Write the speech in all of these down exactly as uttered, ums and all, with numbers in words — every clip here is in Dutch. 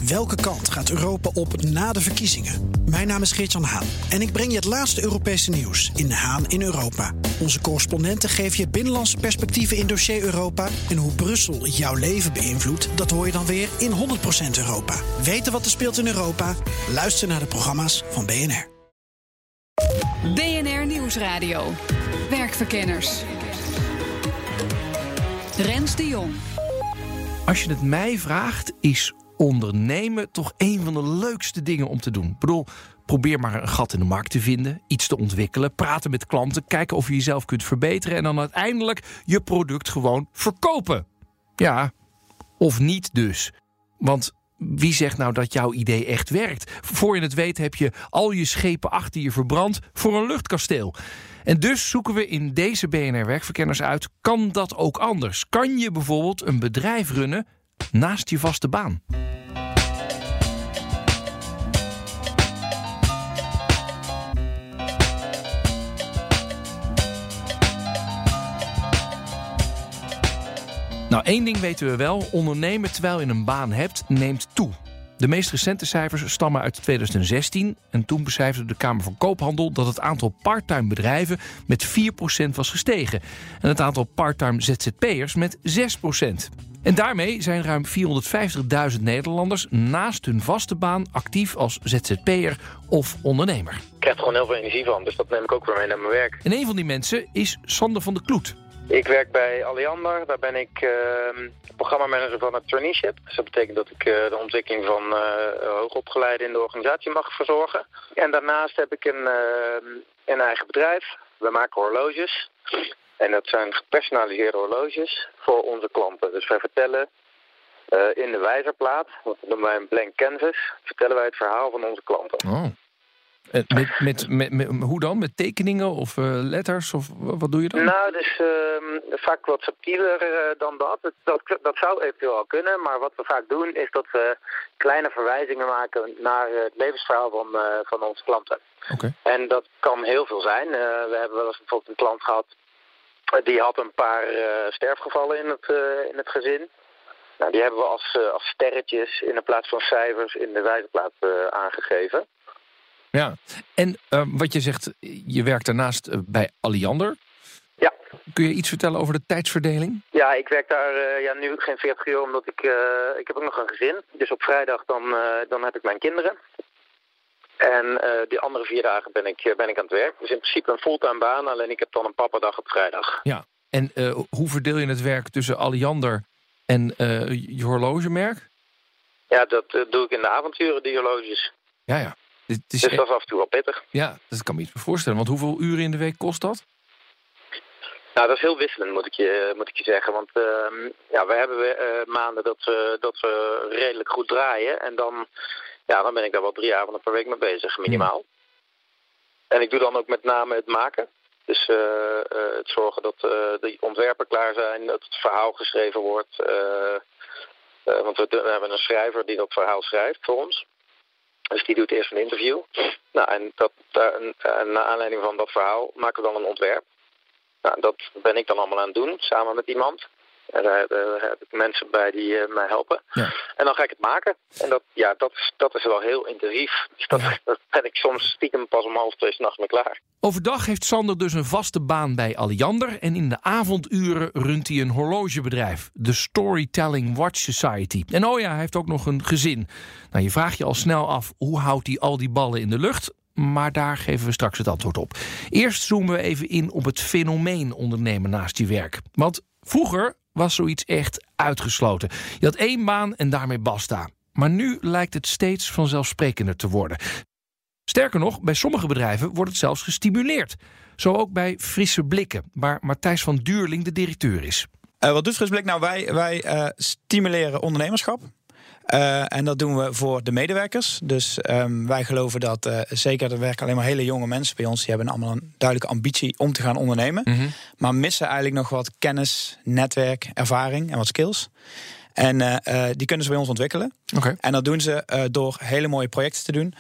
Welke kant gaat Europa op na de verkiezingen? Mijn naam is Geert-Jan Haan en ik breng je het laatste Europese nieuws in Haan in Europa. Onze correspondenten geven je binnenlandse perspectieven in dossier Europa. En hoe Brussel jouw leven beïnvloedt, dat hoor je dan weer in honderd procent Europa. Weten wat er speelt in Europa? Luister naar de programma's van B N R. B N R Nieuwsradio. Werkverkenners. Rens de Jong. Als je het mij vraagt, is ondernemen toch een van de leukste dingen om te doen. Ik bedoel, probeer maar een gat in de markt te vinden, iets te ontwikkelen, praten met klanten, kijken of je jezelf kunt verbeteren en dan uiteindelijk je product gewoon verkopen. Ja, of niet dus. Want wie zegt nou dat jouw idee echt werkt? Voor je het weet heb je al je schepen achter je verbrand voor een luchtkasteel. En dus zoeken we in deze B N R Werkverkenners uit, kan dat ook anders? Kan je bijvoorbeeld een bedrijf runnen naast je vaste baan? Nou, één ding weten we wel. Ondernemen terwijl je een baan hebt, neemt toe. De meest recente cijfers stammen uit twintig zestien. En toen becijferde de Kamer van Koophandel dat het aantal parttime bedrijven met vier procent was gestegen. En het aantal parttime Z Z P'ers met zes procent. En daarmee zijn ruim vierhonderdvijftigduizend Nederlanders naast hun vaste baan actief als Z Z P'er of ondernemer. Ik krijg er gewoon heel veel energie van, dus dat neem ik ook weer mee naar mijn werk. En een van die mensen is Sander van der Kloet. Ik werk bij Alliander, daar ben ik uh, programmamanager van het traineeship. Dus dat betekent dat ik uh, de ontwikkeling van uh, hoogopgeleiden in de organisatie mag verzorgen. En daarnaast heb ik een, uh, een eigen bedrijf. We maken horloges. En dat zijn gepersonaliseerde horloges voor onze klanten. Dus wij vertellen uh, in de wijzerplaat, dat noemen wij een blank canvas, vertellen wij het verhaal van onze klanten. Oh. Met, met, met, met, hoe dan? Met tekeningen of uh, letters? Of wat doe je dan? Nou, dus uh, vaak wat subtieler uh, dan dat. dat. dat. Dat zou eventueel al kunnen, maar wat we vaak doen is dat we kleine verwijzingen maken naar het levensverhaal van, uh, van onze klanten. Okay. En dat kan heel veel zijn. Uh, we hebben wel eens bijvoorbeeld een klant gehad, die had een paar uh, sterfgevallen in het, uh, in het gezin. Nou, die hebben we als, uh, als sterretjes in de plaats van cijfers in de wijzerplaat uh, aangegeven. Ja, en uh, wat je zegt, je werkt daarnaast uh, bij Alliander. Ja. Kun je iets vertellen over de tijdsverdeling? Ja, ik werk daar uh, ja, nu geen veertig uur, omdat ik, uh, ik heb ook nog een gezin. Dus op vrijdag dan, uh, dan heb ik mijn kinderen. En uh, die andere vier dagen ben ik, ben ik aan het werk. Dus in principe een fulltime baan, alleen ik heb dan een pappadag op vrijdag. Ja, en uh, hoe verdeel je het werk tussen Alliander en uh, je horlogemerk? Ja, dat uh, doe ik in de avonturen, die horloges. Ja, ja. Het is dus dat is af en toe wel pittig. Ja, dat kan me iets voorstellen. Want hoeveel uren in de week kost dat? Nou, dat is heel wisselend, moet ik je, moet ik je zeggen. Want uh, ja, we hebben uh, maanden dat we, dat we redelijk goed draaien. En dan, ja, dan ben ik daar wel drie avonden per week mee bezig, minimaal. Hmm. En ik doe dan ook met name het maken. Dus uh, uh, het zorgen dat uh, de ontwerpen klaar zijn, dat het verhaal geschreven wordt. Uh, uh, want we, we hebben een schrijver die dat verhaal schrijft voor ons. Dus die doet eerst een interview. Nou, en dat, daar, en naar aanleiding van dat verhaal maken we dan een ontwerp. Nou, dat ben ik dan allemaal aan het doen, samen met iemand. En daar, daar heb ik mensen bij die uh, mij helpen. Ja. En dan ga ik het maken. En dat, ja, dat, is, dat is wel heel intensief. Dus dat, ja. dat ben ik soms stiekem pas om half twee 's nachts mee klaar. Overdag heeft Sander dus een vaste baan bij Alliander. En in de avonduren runt hij een horlogebedrijf. De Storytelling Watch Society. En oh ja, hij heeft ook nog een gezin. Nou, je vraagt je al snel af, hoe houdt hij al die ballen in de lucht? Maar daar geven we straks het antwoord op. Eerst zoomen we even in op het fenomeen ondernemen naast je werk. Want vroeger was zoiets echt uitgesloten. Je had één baan en daarmee basta. Maar nu lijkt het steeds vanzelfsprekender te worden. Sterker nog, bij sommige bedrijven wordt het zelfs gestimuleerd. Zo ook bij Frisse Blikken, waar Matthijs van Duurling de directeur is. Uh, wat doet Frisse Blik? Nou, wij, wij uh, stimuleren ondernemerschap. Uh, en dat doen we voor de medewerkers. Dus um, wij geloven dat, uh, zeker er werken alleen maar hele jonge mensen bij ons. Die hebben allemaal een duidelijke ambitie om te gaan ondernemen. Mm-hmm. Maar missen eigenlijk nog wat kennis, netwerk, ervaring en wat skills. En uh, uh, die kunnen ze bij ons ontwikkelen. Okay. En dat doen ze uh, door hele mooie projecten te doen.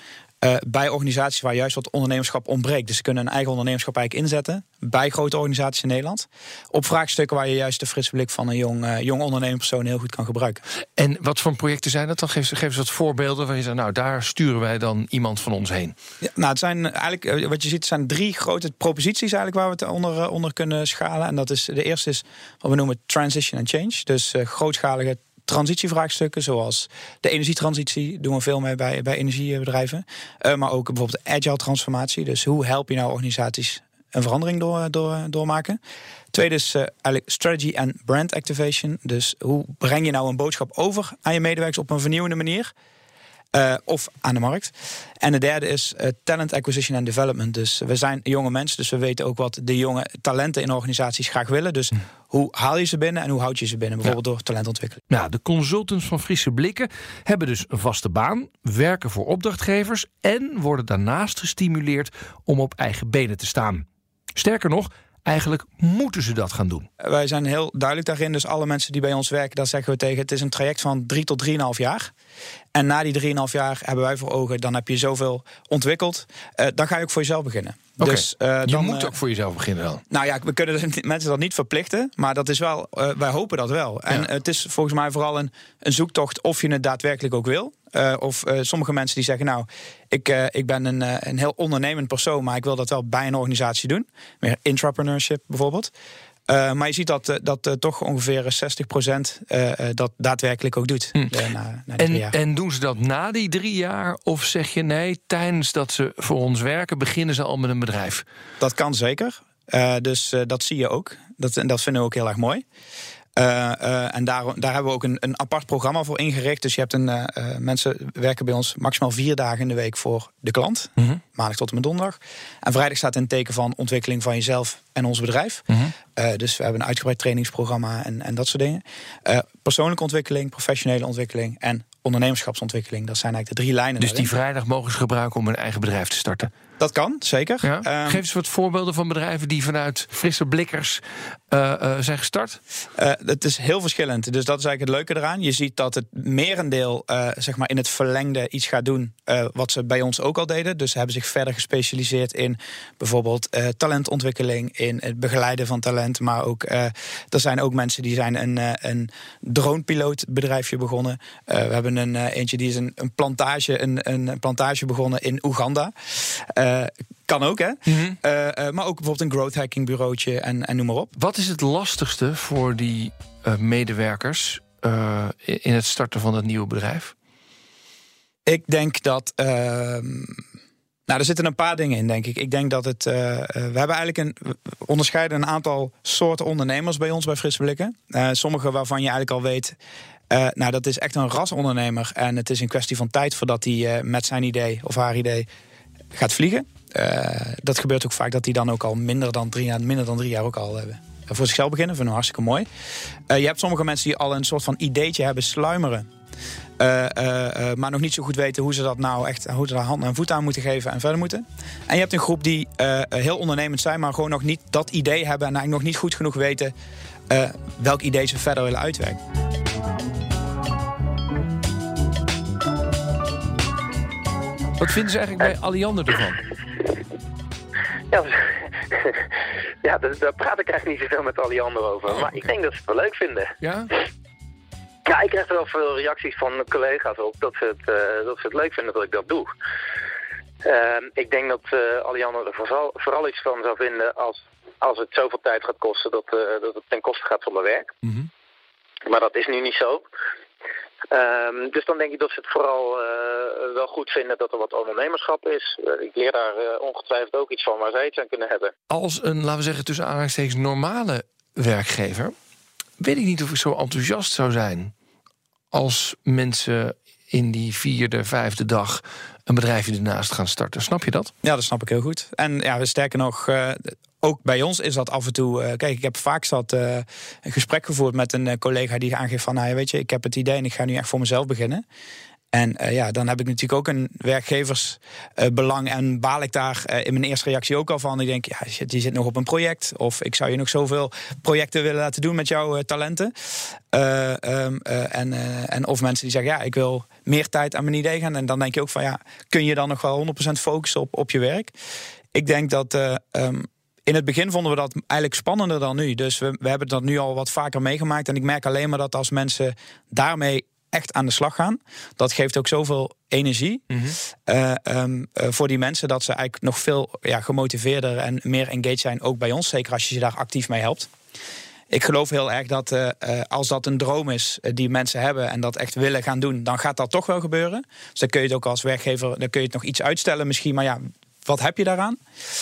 Uh, bij organisaties waar juist wat ondernemerschap ontbreekt. Dus ze kunnen een eigen ondernemerschap eigenlijk inzetten bij grote organisaties in Nederland. Op vraagstukken waar je juist de frisse blik van een jong, uh, jong ondernemend persoon heel goed kan gebruiken. En wat voor projecten zijn dat dan? Geef, geef eens wat voorbeelden waar je zegt, nou daar sturen wij dan iemand van ons heen. Ja, nou, het zijn eigenlijk, uh, wat je ziet, zijn drie grote proposities eigenlijk waar we het onder, uh, onder kunnen schalen. En dat is, de eerste is wat we noemen transition and change. Dus uh, grootschalige transitievraagstukken, zoals de energietransitie, doen we veel mee bij, bij energiebedrijven. Uh, maar ook bijvoorbeeld de agile transformatie. Dus hoe help je nou organisaties een verandering door, door, doormaken? Tweede is uh, eigenlijk strategy and brand activation. Dus hoe breng je nou een boodschap over aan je medewerkers op een vernieuwende manier? Uh, of aan de markt. En de derde is uh, talent acquisition and development. Dus we zijn jonge mensen, dus we weten ook wat de jonge talenten in organisaties graag willen. Dus hm. hoe haal je ze binnen en hoe houd je ze binnen? Bijvoorbeeld ja. door talentontwikkeling. Nou, de consultants van Frisse Blikken hebben dus een vaste baan, werken voor opdrachtgevers en worden daarnaast gestimuleerd om op eigen benen te staan. Sterker nog, eigenlijk moeten ze dat gaan doen. Wij zijn heel duidelijk daarin. Dus alle mensen die bij ons werken, daar zeggen we tegen, het is een traject van drie tot drieënhalf jaar. En na die drieënhalf jaar hebben wij voor ogen, dan heb je zoveel ontwikkeld. Uh, dan ga je ook voor jezelf beginnen. Okay. Dus, uh, je dan, moet uh, ook voor jezelf beginnen dan. Nou ja, we kunnen mensen dat niet verplichten. Maar dat is wel, uh, wij hopen dat wel. En ja. het is volgens mij vooral een, een zoektocht of je het daadwerkelijk ook wil. Uh, of uh, sommige mensen die zeggen, nou, ik, uh, ik ben een, uh, een heel ondernemend persoon, maar ik wil dat wel bij een organisatie doen. Meer intrapreneurship bijvoorbeeld. Uh, maar je ziet dat, uh, dat uh, toch ongeveer zestig procent uh, uh, dat daadwerkelijk ook doet. Hm. Uh, na, na die en, jaar. en doen ze dat na die drie jaar? Of zeg je nee, tijdens dat ze voor ons werken, beginnen ze al met een bedrijf? Dat kan zeker. Uh, dus uh, dat zie je ook. Dat, en dat vinden we ook heel erg mooi. Uh, uh, en daar, daar hebben we ook een, een apart programma voor ingericht. Dus je hebt een, uh, uh, mensen werken bij ons maximaal vier dagen in de week voor de klant. Mm-hmm. Maandag tot en met donderdag. En vrijdag staat in het teken van ontwikkeling van jezelf en ons bedrijf. Mm-hmm. Uh, dus we hebben een uitgebreid trainingsprogramma en, en dat soort dingen. Uh, persoonlijke ontwikkeling, professionele ontwikkeling en ondernemerschapsontwikkeling. Dat zijn eigenlijk de drie lijnen. Dus daarin. die vrijdag mogen ze gebruiken om een eigen bedrijf te starten? Dat kan, zeker. Ja? Um, Geef eens wat voorbeelden van bedrijven die vanuit Frisse Blikkers uh, uh, zijn gestart. Uh, het is heel verschillend. Dus dat is eigenlijk het leuke eraan. Je ziet dat het merendeel uh, zeg maar in het verlengde iets gaat doen uh, wat ze bij ons ook al deden. Dus ze hebben zich verder gespecialiseerd in bijvoorbeeld uh, talentontwikkeling, in het begeleiden van talent. Maar ook, uh, er zijn ook mensen die zijn een, uh, een dronepilootbedrijfje begonnen. Uh, we hebben een uh, eentje die is een, een plantage, een, een plantage begonnen in Oeganda. Uh, kan ook, hè? Mm-hmm. Uh, uh, maar ook bijvoorbeeld een growth hacking bureautje en, en noem maar op. Wat is het lastigste voor die uh, medewerkers uh, in het starten van het nieuwe bedrijf? Ik denk dat... Uh, nou, er zitten een paar dingen in, denk ik. Ik denk dat het... Uh, uh, we hebben eigenlijk een... We onderscheiden een aantal soorten ondernemers bij ons bij Frisse Blikken. Uh, sommige waarvan je eigenlijk al weet... Uh, nou, dat is echt een rasondernemer. En het is een kwestie van tijd voordat hij uh, met zijn idee of haar idee gaat vliegen. Uh, dat gebeurt ook vaak dat die dan ook al minder dan drie jaar, minder dan drie jaar ook al hebben. Uh, voor zichzelf beginnen, vinden we hartstikke mooi. Uh, je hebt sommige mensen die al een soort van ideetje hebben sluimeren. Uh, uh, uh, maar nog niet zo goed weten hoe ze dat nou echt, hoe ze daar hand en voet aan moeten geven en verder moeten. En je hebt een groep die uh, heel ondernemend zijn, maar gewoon nog niet dat idee hebben en eigenlijk nog niet goed genoeg weten uh, welk idee ze verder willen uitwerken. Wat vinden ze eigenlijk bij Alliander ervan? Ja, ja daar, daar praat ik eigenlijk niet zoveel met Alliander over. Oh, maar okay. Ik denk dat ze het wel leuk vinden. Ja? Ja, ik krijg er wel veel reacties van collega's op dat ze het, uh, dat ze het leuk vinden dat ik dat doe. Uh, ik denk dat uh, Alliander er vooral, vooral iets van zou vinden als, als het zoveel tijd gaat kosten dat, uh, dat het ten koste gaat van mijn werk. Mm-hmm. Maar dat is nu niet zo. Um, dus dan denk ik dat ze het vooral uh, wel goed vinden dat er wat ondernemerschap is. Uh, ik leer daar uh, ongetwijfeld ook iets van waar zij iets aan kunnen hebben. Als een, laten we zeggen, tussen aanhalingstekens normale werkgever, weet ik niet of ik zo enthousiast zou zijn als mensen in die vierde, vijfde dag een bedrijfje ernaast gaan starten. Snap je dat? Ja, dat snap ik heel goed. En ja, we sterker nog, uh, ook bij ons is dat af en toe... Uh, kijk, ik heb vaak zat, uh, een gesprek gevoerd met een uh, collega die aangeeft van... nou, weet je, ik heb het idee en ik ga nu echt voor mezelf beginnen. En uh, ja, dan heb ik natuurlijk ook een werkgeversbelang. Uh, en baal ik daar uh, in mijn eerste reactie ook al van. Ik denk, ja, shit, je zit nog op een project. Of ik zou je nog zoveel projecten willen laten doen met jouw uh, talenten. Uh, um, uh, en, uh, en of mensen die zeggen, ja, ik wil meer tijd aan mijn idee gaan. En dan denk je ook van, ja, kun je dan nog wel honderd procent focussen op, op je werk? Ik denk dat... Uh, um, In het begin vonden we dat eigenlijk spannender dan nu. Dus we, we hebben dat nu al wat vaker meegemaakt. En ik merk alleen maar dat als mensen daarmee echt aan de slag gaan, dat geeft ook zoveel energie mm-hmm. uh, um, uh, voor die mensen, dat ze eigenlijk nog veel ja, gemotiveerder en meer engaged zijn, ook bij ons. Zeker als je ze daar actief mee helpt. Ik geloof heel erg dat uh, uh, als dat een droom is uh, die mensen hebben en dat echt willen gaan doen, dan gaat dat toch wel gebeuren. Dus dan kun je het ook als werkgever, dan kun je het nog iets uitstellen misschien, maar ja, wat heb je daaraan?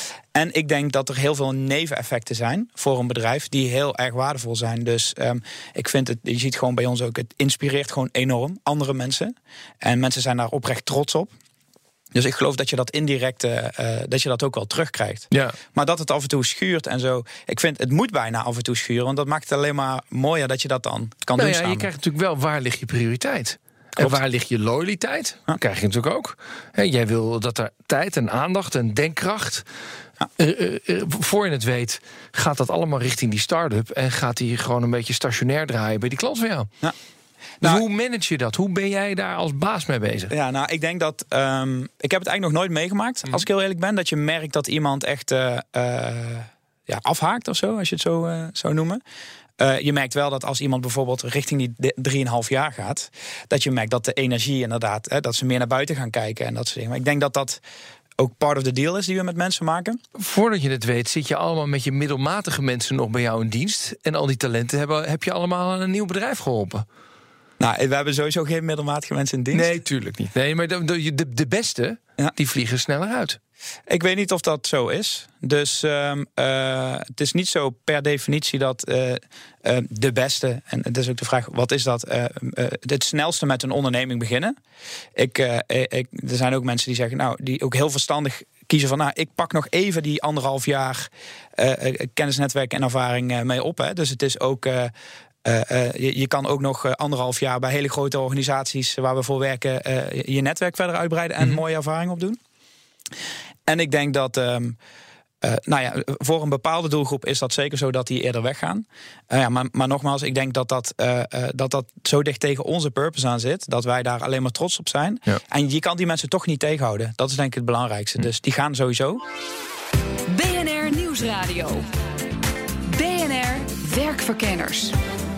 En ik denk dat er heel veel neveneffecten zijn voor een bedrijf die heel erg waardevol zijn. Dus um, ik vind het, je ziet gewoon bij ons ook, het inspireert gewoon enorm andere mensen. En mensen zijn daar oprecht trots op. Dus ik geloof dat je dat indirect, uh, dat je dat ook wel terugkrijgt. Ja. Maar dat het af en toe schuurt en zo. Ik vind, het moet bijna af en toe schuren. Want dat maakt het alleen maar mooier dat je dat dan kan nou doen ja, samen. Je krijgt natuurlijk wel, waar ligt je prioriteit? Klopt. En waar ligt je loyaliteit? Dat krijg je natuurlijk ook. He, jij wil dat er tijd en aandacht en denkkracht... Ja. Uh, uh, uh, voor je het weet, gaat dat allemaal richting die start-up... en gaat die gewoon een beetje stationair draaien bij die klant van jou. Ja. Dus nou, hoe manage je dat? Hoe ben jij daar als baas mee bezig? Ja, nou, ik denk dat... Um, ik heb het eigenlijk nog nooit meegemaakt, als ik heel eerlijk ben... dat je merkt dat iemand echt uh, uh, ja, afhaakt of zo, als je het zo uh, zou noemen... Uh, je merkt wel dat als iemand bijvoorbeeld richting die drieënhalf jaar gaat... dat je merkt dat de energie inderdaad... Hè, dat ze meer naar buiten gaan kijken en dat soort dingen. Maar ik denk dat dat ook part of the deal is die we met mensen maken. Voordat je het weet zit je allemaal met je middelmatige mensen nog bij jou in dienst... en al die talenten hebben, heb je allemaal aan een nieuw bedrijf geholpen. Nou, we hebben sowieso geen middelmatige mensen in dienst. Nee, tuurlijk niet. Nee, maar de, de, de beste, ja. die vliegen sneller uit. Ik weet niet of dat zo is. Dus um, uh, het is niet zo per definitie dat uh, uh, de beste... en het is ook de vraag, wat is dat? Uh, uh, het snelste met een onderneming beginnen. Ik, uh, ik, er zijn ook mensen die zeggen, nou, die ook heel verstandig kiezen van... nou, ik pak nog even die anderhalf jaar uh, kennisnetwerk en ervaring uh, mee op. Hè. Dus het is ook... Uh, Uh, uh, je, je kan ook nog uh, anderhalf jaar bij hele grote organisaties waar we voor werken... Uh, je netwerk verder uitbreiden en mm-hmm. mooie ervaring opdoen. En ik denk dat, um, uh, nou ja, voor een bepaalde doelgroep is dat zeker zo dat die eerder weggaan. Uh, ja, maar, maar nogmaals, ik denk dat dat, uh, uh, dat dat zo dicht tegen onze purpose aan zit... dat wij daar alleen maar trots op zijn. Ja. En je kan die mensen toch niet tegenhouden. Dat is denk ik het belangrijkste. Mm. Dus die gaan sowieso. B N R Nieuwsradio. B N R Werkverkenners.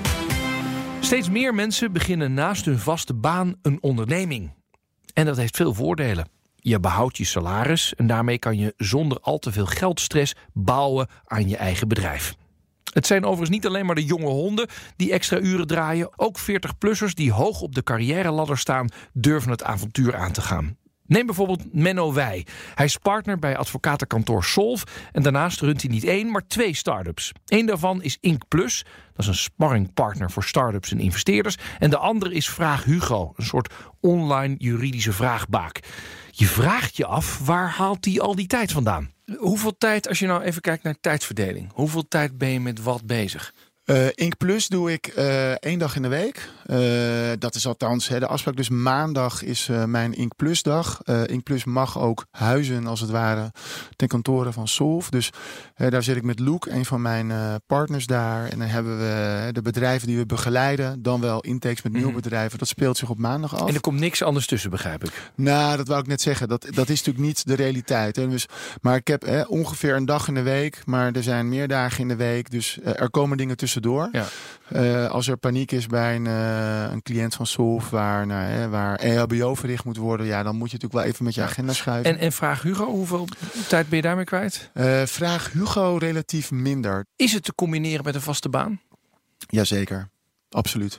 Steeds meer mensen beginnen naast hun vaste baan een onderneming. En dat heeft veel voordelen. Je behoudt je salaris en daarmee kan je zonder al te veel geldstress bouwen aan je eigen bedrijf. Het zijn overigens niet alleen maar de jonge honden die extra uren draaien. Ook veertig-plussers die hoog op de carrière-ladder staan durven het avontuur aan te gaan. Neem bijvoorbeeld Menno Wij. Hij is partner bij advocatenkantoor Solv en daarnaast runt hij niet één, maar twee start-ups. Eén daarvan is IncPlus, dat is een sparringpartner voor start-ups en investeerders. En de andere is Vraag Hugo, een soort online juridische vraagbaak. Je vraagt je af, waar haalt hij al die tijd vandaan? Hoeveel tijd, als je nou even kijkt naar tijdverdeling, hoeveel tijd ben je met wat bezig? Uh, IncPlus doe ik uh, één dag in de week. Uh, dat is althans hè, de afspraak. Dus maandag is uh, mijn IncPlus dag. Uh, IncPlus mag ook huizen als het ware ten kantore van Solv. Dus uh, daar zit ik met Loek, een van mijn uh, partners daar. En dan hebben we uh, de bedrijven die we begeleiden. Dan wel intakes met nieuwe mm-hmm. bedrijven. Dat speelt zich op maandag af. En er komt niks anders tussen, begrijp ik. Nou, dat wou ik net zeggen. Dat, dat is natuurlijk niet de realiteit. Hè. Dus, maar ik heb hè, ongeveer een dag in de week. Maar er zijn meer dagen in de week. Dus uh, er komen dingen tussen. Door. Ja. Uh, als er paniek is bij een, uh, een cliënt van Solv waar, nou, hè, waar E H B O verricht moet worden, ja, dan moet je natuurlijk wel even met je agenda schuiven. En, en Vraag Hugo, hoeveel tijd ben je daarmee kwijt? Uh, Vraag Hugo relatief minder. Is het te combineren met een vaste baan? Jazeker, absoluut.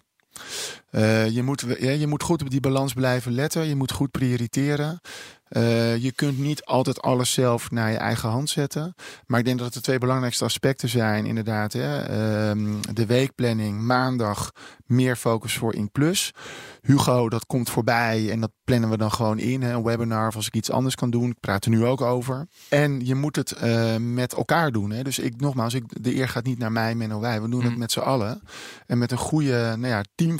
Uh, je, moet, ja, je moet goed op die balans blijven letten. Je moet goed prioriteren. Uh, je kunt niet altijd alles zelf naar je eigen hand zetten. Maar ik denk dat het de twee belangrijkste aspecten zijn. Inderdaad, hè. Uh, de weekplanning, maandag meer focus voor IncPlus. Hugo, dat komt voorbij en dat plannen we dan gewoon in. Hè. Een webinar of als ik iets anders kan doen. Ik praat er nu ook over. En je moet het uh, met elkaar doen. Hè. Dus ik, nogmaals, ik, de eer gaat niet naar mij, Menno Wij. We doen mm. het met z'n allen. En met een goede nou ja, teamverdeling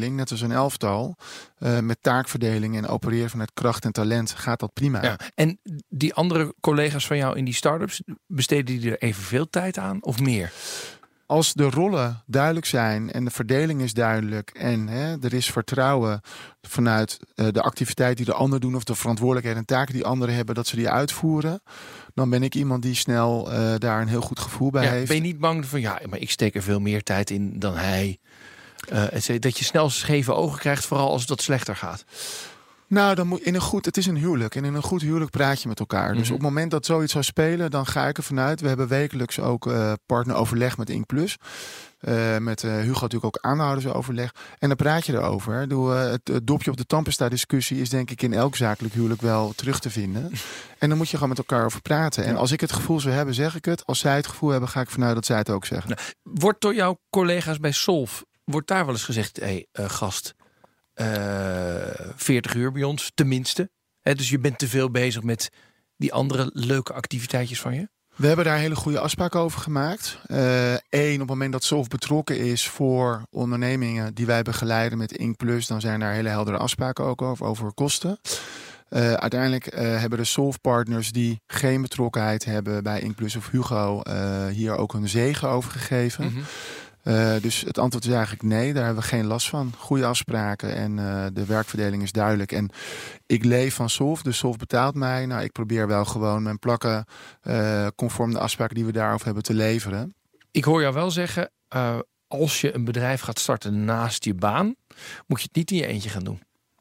rolverdeling, net als een elftal, uh, met taakverdeling en opereren vanuit kracht en talent, gaat dat prima. Ja. En die andere collega's van jou in die start-ups, besteden die er evenveel tijd aan of meer? Als de rollen duidelijk zijn en de verdeling is duidelijk en hè, er is vertrouwen vanuit uh, de activiteit die de anderen doen of de verantwoordelijkheden en taken die anderen hebben, dat ze die uitvoeren, dan ben ik iemand die snel uh, daar een heel goed gevoel bij ja, heeft. Ben je niet bang van, ja, maar ik steek er veel meer tijd in dan hij? Uh, dat je snel scheve ogen krijgt, vooral als het wat slechter gaat? Nou, dan moet in een goed, het is een huwelijk. En in een goed huwelijk praat je met elkaar. Mm-hmm. Dus op het moment dat zoiets zou spelen, dan ga ik er vanuit. We hebben wekelijks ook uh, partneroverleg met Inkplus. Uh, met uh, Hugo natuurlijk ook aanhoudersoverleg. En dan praat je erover. Doe, uh, het, het dopje op de tandpasta discussie is denk ik in elk zakelijk huwelijk wel terug te vinden. En dan moet je gewoon met elkaar over praten. En als ik het gevoel zou hebben, zeg ik het. Als zij het gevoel hebben, ga ik vanuit dat zij het ook zeggen. Wordt door jouw collega's bij Solv, wordt daar wel eens gezegd, hé hey, uh, gast, Uh, veertig uur bij ons, tenminste. He, dus je bent te veel bezig met die andere leuke activiteitjes van je? We hebben daar hele goede afspraken over gemaakt. Eén, uh, op het moment dat Solv betrokken is voor ondernemingen die wij begeleiden met Inkplus, dan zijn daar hele heldere afspraken ook over, over kosten. Uh, uiteindelijk uh, hebben de Solv-partners die geen betrokkenheid hebben bij Inkplus of Hugo uh, hier ook hun zegen over gegeven. Mm-hmm. Uh, dus het antwoord is eigenlijk nee, daar hebben we geen last van. Goede afspraken en uh, de werkverdeling is duidelijk. En ik leef van Solv, dus Solv betaalt mij. Nou, ik probeer wel gewoon mijn plakken uh, conform de afspraken die we daarover hebben te leveren. Ik hoor jou wel zeggen, uh, als je een bedrijf gaat starten naast je baan, moet je het niet in je eentje gaan doen.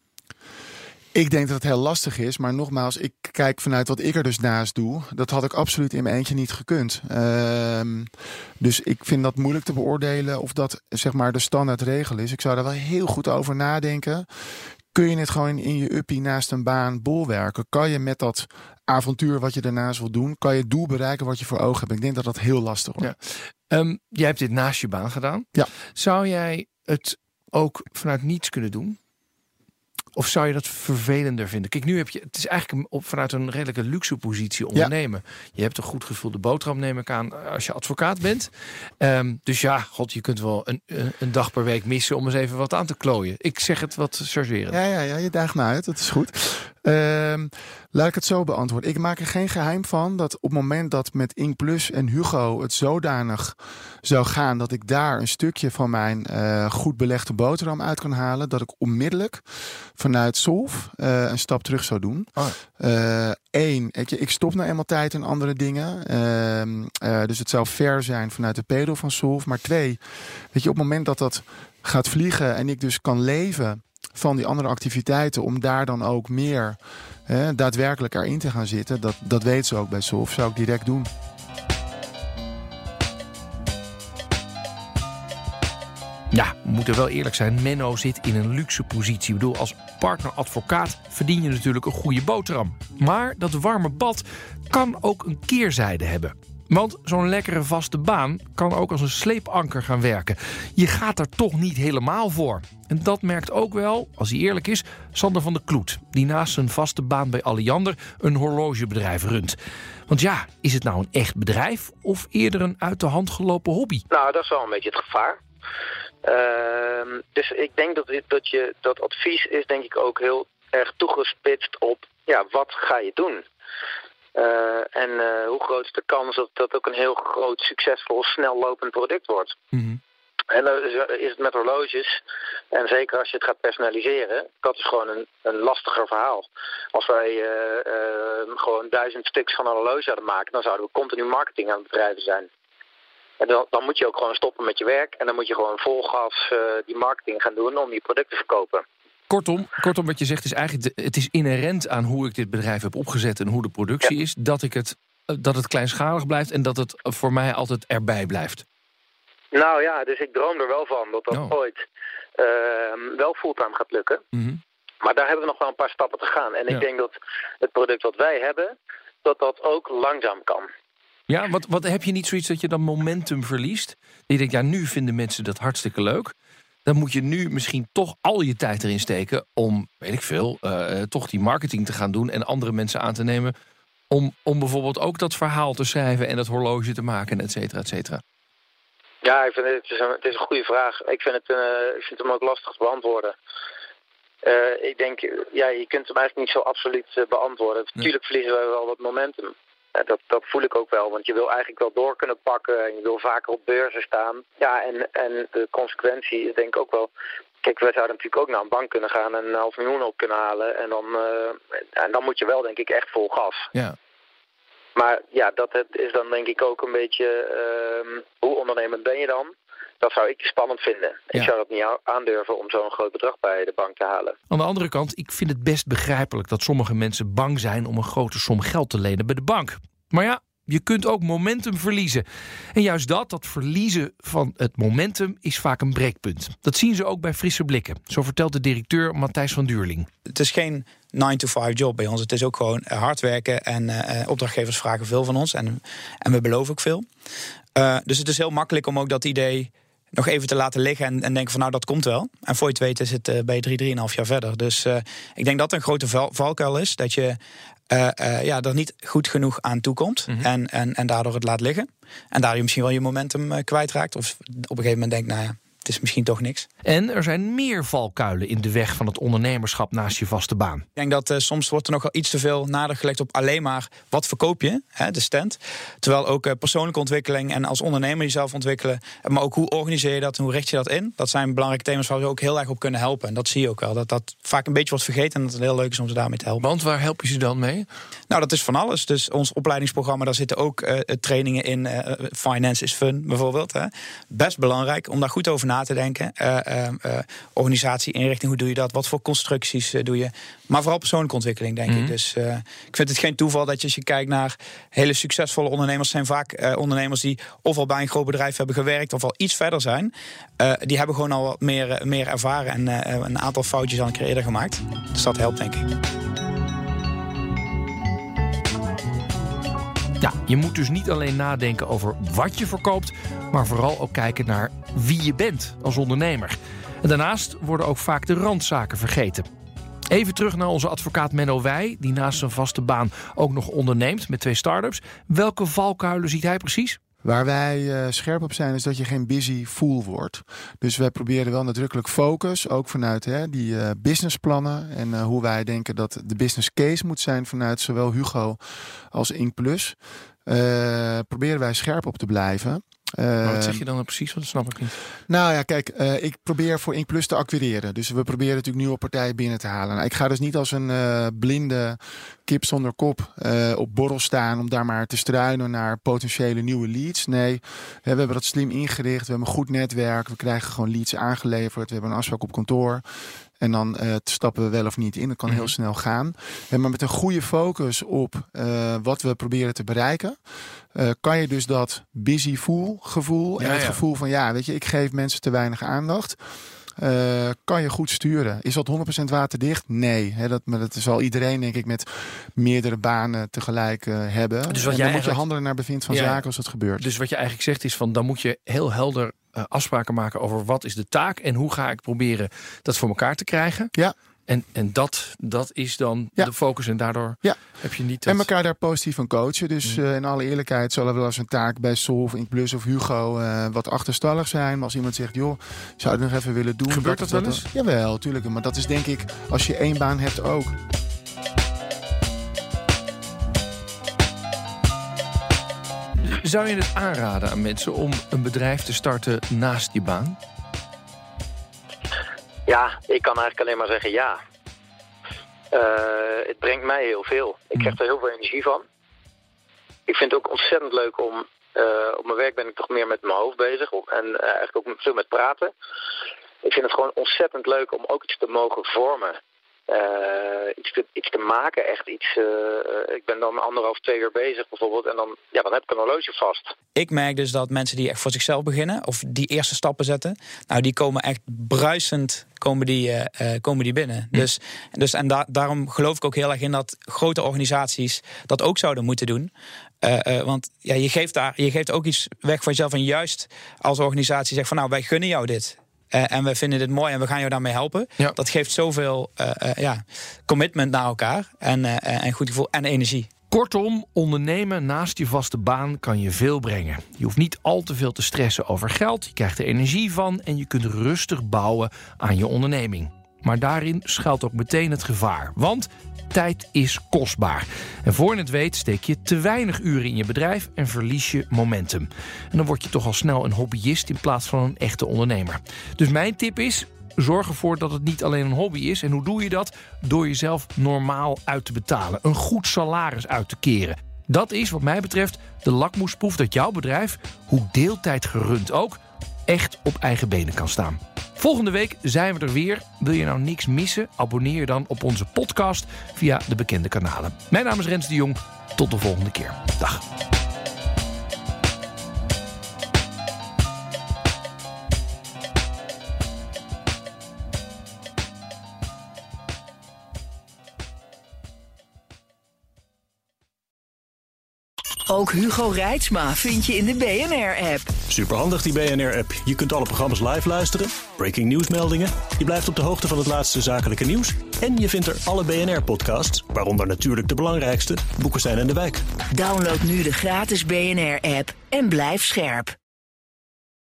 Ik denk dat het heel lastig is, maar nogmaals, ik kijk vanuit wat ik er dus naast doe. Dat had ik absoluut in mijn eentje niet gekund. Uh, dus ik vind dat moeilijk te beoordelen of dat zeg maar de standaardregel is. Ik zou daar wel heel goed over nadenken. Kun je het gewoon in je uppie naast een baan bolwerken? Kan je met dat avontuur wat je daarnaast wil doen, kan je het doel bereiken wat je voor ogen hebt? Ik denk dat dat heel lastig wordt. Ja. Um, jij hebt dit naast je baan gedaan. Ja. Zou jij het ook vanuit niets kunnen doen? Of zou je dat vervelender vinden? Kijk, nu heb je, het is eigenlijk op, vanuit een redelijke luxe positie ondernemen. Ja. Je hebt een goed gevulde boterham, neem ik aan, als je advocaat bent. Um, dus ja, god, je kunt wel een, een dag per week missen om eens even wat aan te klooien. Ik zeg het wat chargerend. Ja, ja, ja, je daagt me uit, dat is goed. Um, laat ik het zo beantwoorden. Ik maak er geen geheim van dat op het moment dat met Inkplus en Hugo het zodanig zou gaan dat ik daar een stukje van mijn uh, goed belegde boterham uit kan halen, dat ik onmiddellijk vanuit Solv uh, een stap terug zou doen. Oh. Uh, Eén, weet je, ik stop nou eenmaal tijd in andere dingen. Uh, uh, dus het zou fair zijn vanuit de pedel van Solv. Maar twee, weet je, op het moment dat dat gaat vliegen en ik dus kan leven van die andere activiteiten, om daar dan ook meer eh, daadwerkelijk erin te gaan zitten, dat, dat weet ze ook bij Solv, zou ik direct doen. Ja, we moeten wel eerlijk zijn. Menno zit in een luxe positie. Ik bedoel, als partneradvocaat verdien je natuurlijk een goede boterham. Maar dat warme bad kan ook een keerzijde hebben. Want zo'n lekkere vaste baan kan ook als een sleepanker gaan werken. Je gaat er toch niet helemaal voor. En dat merkt ook wel, als hij eerlijk is, Sander van der Kloet, die naast zijn vaste baan bij Alliander een horlogebedrijf runt. Want ja, is het nou een echt bedrijf of eerder een uit de hand gelopen hobby? Nou, dat is wel een beetje het gevaar. Uh, dus ik denk dat, dat je dat advies is denk ik ook heel erg toegespitst op, ja, wat ga je doen? Uh, en uh, hoe groot is de kans dat dat ook een heel groot, succesvol, snel lopend product wordt? Mm-hmm. En dan is het met horloges, en zeker als je het gaat personaliseren, dat is gewoon een, een lastiger verhaal. Als wij uh, uh, gewoon duizend stuks van een horloge zouden maken, dan zouden we continu marketing aan het bedrijven zijn. En dan, dan moet je ook gewoon stoppen met je werk en dan moet je gewoon vol gas uh, die marketing gaan doen om die producten te verkopen. Kortom, kortom, wat je zegt is eigenlijk, de, het is inherent aan hoe ik dit bedrijf heb opgezet en hoe de productie ja. is, dat, ik het, dat het kleinschalig blijft en dat het voor mij altijd erbij blijft. Nou ja, dus ik droom er wel van dat dat oh. ooit uh, wel fulltime gaat lukken. Mm-hmm. Maar daar hebben we nog wel een paar stappen te gaan. En ja. ik denk dat het product wat wij hebben, dat dat ook langzaam kan. Ja, wat, wat heb je niet zoiets dat je dan momentum verliest? Je denkt, ja, nu vinden mensen dat hartstikke leuk. Dan moet je nu misschien toch al je tijd erin steken om, weet ik veel, uh, toch die marketing te gaan doen en andere mensen aan te nemen om, om bijvoorbeeld ook dat verhaal te schrijven en dat horloge te maken, et cetera, et cetera. Ja, ik vind het, het, is een, het is een goede vraag. Ik vind, het, uh, ik vind hem ook lastig te beantwoorden. Uh, ik denk, ja, je kunt hem eigenlijk niet zo absoluut uh, beantwoorden. Nee. Natuurlijk verliezen we wel wat momentum. Uh, dat, dat voel ik ook wel, want je wil eigenlijk wel door kunnen pakken. En je wil vaker op beurzen staan. Ja, en, en de consequentie is denk ik ook wel... Kijk, we zouden natuurlijk ook naar een bank kunnen gaan en een half miljoen op kunnen halen. En dan, uh, en dan moet je wel, denk ik, echt vol gas. Ja. Maar ja, dat is dan denk ik ook een beetje... Uh, hoe ondernemend ben je dan? Dat zou ik spannend vinden. Ja. Ik zou dat niet aandurven om zo'n groot bedrag bij de bank te halen. Aan de andere kant, ik vind het best begrijpelijk dat sommige mensen bang zijn om een grote som geld te lenen bij de bank. Maar ja, je kunt ook momentum verliezen. En juist dat, dat verliezen van het momentum, is vaak een breekpunt. Dat zien ze ook bij Frisse Blikken. Zo vertelt de directeur Matthijs van Duurling. Het is geen nine to five job bij ons. Het is ook gewoon hard werken en uh, opdrachtgevers vragen veel van ons. En, en we beloven ook veel. Uh, dus het is heel makkelijk om ook dat idee nog even te laten liggen en, en denken van nou, dat komt wel. En voor je het weet is het uh, bij drie, drieënhalf jaar verder. Dus uh, ik denk dat het een grote val, valkuil is. Dat je uh, uh, ja, er niet goed genoeg aan toekomt. Mm-hmm. En, en, en daardoor het laat liggen. En daardoor je misschien wel je momentum uh, kwijtraakt. Of op een gegeven moment denkt, nou ja, het is misschien toch niks. En er zijn meer valkuilen in de weg van het ondernemerschap naast je vaste baan. Ik denk dat uh, soms wordt er nog wel iets te veel nadruk gelegd op alleen maar wat verkoop je, hè, de stand. Terwijl ook uh, persoonlijke ontwikkeling en als ondernemer jezelf ontwikkelen. Maar ook hoe organiseer je dat en hoe richt je dat in? Dat zijn belangrijke thema's waar we ook heel erg op kunnen helpen. En dat zie je ook wel. Dat dat vaak een beetje wordt vergeten en dat het heel leuk is om ze daarmee te helpen. Want waar help je ze dan mee? Nou, dat is van alles. Dus ons opleidingsprogramma, daar zitten ook uh, trainingen in. Uh, finance is fun bijvoorbeeld. Hè. Best belangrijk om daar goed over na te denken. Uh, uh, uh, organisatie, inrichting, hoe doe je dat? Wat voor constructies uh, doe je? Maar vooral persoonlijke ontwikkeling, denk mm-hmm. ik. Dus uh, ik vind het geen toeval dat je, als je kijkt naar hele succesvolle ondernemers, zijn vaak uh, ondernemers die ofwel bij een groot bedrijf hebben gewerkt of al iets verder zijn. Uh, die hebben gewoon al wat meer, uh, meer ervaren en uh, een aantal foutjes al een keer eerder gemaakt. Dus dat helpt, denk ik. Ja, je moet dus niet alleen nadenken over wat je verkoopt, maar vooral ook kijken naar wie je bent als ondernemer. En daarnaast worden ook vaak de randzaken vergeten. Even terug naar onze advocaat Menno Wij, die naast zijn vaste baan ook nog onderneemt met twee start-ups. Welke valkuilen ziet hij precies? Waar wij uh, scherp op zijn is dat je geen busy fool wordt. Dus wij proberen wel nadrukkelijk focus, ook vanuit hè, die uh, businessplannen. En uh, hoe wij denken dat de business case moet zijn vanuit zowel Hugo als Inkplus. Uh, proberen wij scherp op te blijven. Uh, maar wat zeg je dan nou precies? Want dat snap ik niet. Nou ja, kijk, uh, ik probeer voor Inkplus te acquireren. Dus we proberen natuurlijk nieuwe partijen binnen te halen. Nou, ik ga dus niet als een uh, blinde kip zonder kop uh, op borrel staan om daar maar te struinen naar potentiële nieuwe leads. Nee, we hebben dat slim ingericht. We hebben een goed netwerk. We krijgen gewoon leads aangeleverd. We hebben een afspraak op kantoor. En dan uh, stappen we wel of niet in. Dat kan heel snel gaan. En maar met een goede focus op uh, wat we proberen te bereiken, Uh, kan je dus dat busy fool gevoel ja, en het ja. gevoel van ja, weet je, ik geef mensen te weinig aandacht. Uh, kan je goed sturen. Is dat honderd procent waterdicht? Nee. Hè, dat, maar dat zal iedereen, denk ik, met meerdere banen tegelijk uh, hebben. Dus wat en dan moet je handelen naar bevind van ja, zaken als dat gebeurt. Dus wat je eigenlijk zegt is van, dan moet je heel helder uh, afspraken maken over wat is de taak en hoe ga ik proberen dat voor elkaar te krijgen. Ja. En, en dat, dat is dan ja. de focus en daardoor ja. heb je niet... Dat... En elkaar daar positief van coachen. Dus uh, in alle eerlijkheid zal er wel eens een taak bij Solve, Inkplus of Hugo uh, wat achterstallig zijn. Maar als iemand zegt, joh, zou het nog even willen doen. Gebeurt dat, dat wel eens? Dat, jawel, tuurlijk. Maar dat is denk ik, als je één baan hebt ook. Zou je het aanraden aan mensen om een bedrijf te starten naast je baan? Ja, ik kan eigenlijk alleen maar zeggen ja. Uh, het brengt mij heel veel. Ik krijg er heel veel energie van. Ik vind het ook ontzettend leuk om... Uh, op mijn werk ben ik toch meer met mijn hoofd bezig. En uh, eigenlijk ook veel met praten. Ik vind het gewoon ontzettend leuk om ook iets te mogen vormen. Uh, iets, te, iets te maken, echt iets. Uh, ik ben dan anderhalf, twee uur bezig bijvoorbeeld. En dan, ja, dan heb ik een horloge vast. Ik merk dus dat mensen die echt voor zichzelf beginnen, of die eerste stappen zetten, nou, die komen echt bruisend komen die, uh, komen die binnen. Hm. Dus, dus, en da- daarom geloof ik ook heel erg in dat grote organisaties dat ook zouden moeten doen. Uh, uh, want ja, je, geeft daar, je geeft ook iets weg voor jezelf. En juist als organisatie zegt van nou, wij gunnen jou dit. Uh, en we vinden dit mooi en we gaan jou daarmee helpen. Ja. Dat geeft zoveel uh, uh, ja, commitment naar elkaar. En, uh, en goed gevoel en energie. Kortom, ondernemen naast je vaste baan kan je veel brengen. Je hoeft niet al te veel te stressen over geld, je krijgt er energie van en je kunt rustig bouwen aan je onderneming. Maar daarin schuilt ook meteen het gevaar, want tijd is kostbaar. En voor je het weet steek je te weinig uren in je bedrijf en verlies je momentum. En dan word je toch al snel een hobbyist in plaats van een echte ondernemer. Dus mijn tip is: zorg ervoor dat het niet alleen een hobby is. En hoe doe je dat? Door jezelf normaal uit te betalen. Een goed salaris uit te keren. Dat is wat mij betreft de lakmoesproef dat jouw bedrijf, hoe deeltijd gerund ook, echt op eigen benen kan staan. Volgende week zijn we er weer. Wil je nou niks missen? Abonneer je dan op onze podcast via de bekende kanalen. Mijn naam is Rens de Jong. Tot de volgende keer. Dag. Ook Hugo Reitsma vind je in de B N R-app. Superhandig die B N R-app. Je kunt alle programma's live luisteren, breaking nieuwsmeldingen, je blijft op de hoogte van het laatste zakelijke nieuws en je vindt er alle B N R-podcasts, waaronder natuurlijk de belangrijkste, Boekenstein en de Wijk. Download nu de gratis B N R-app en blijf scherp.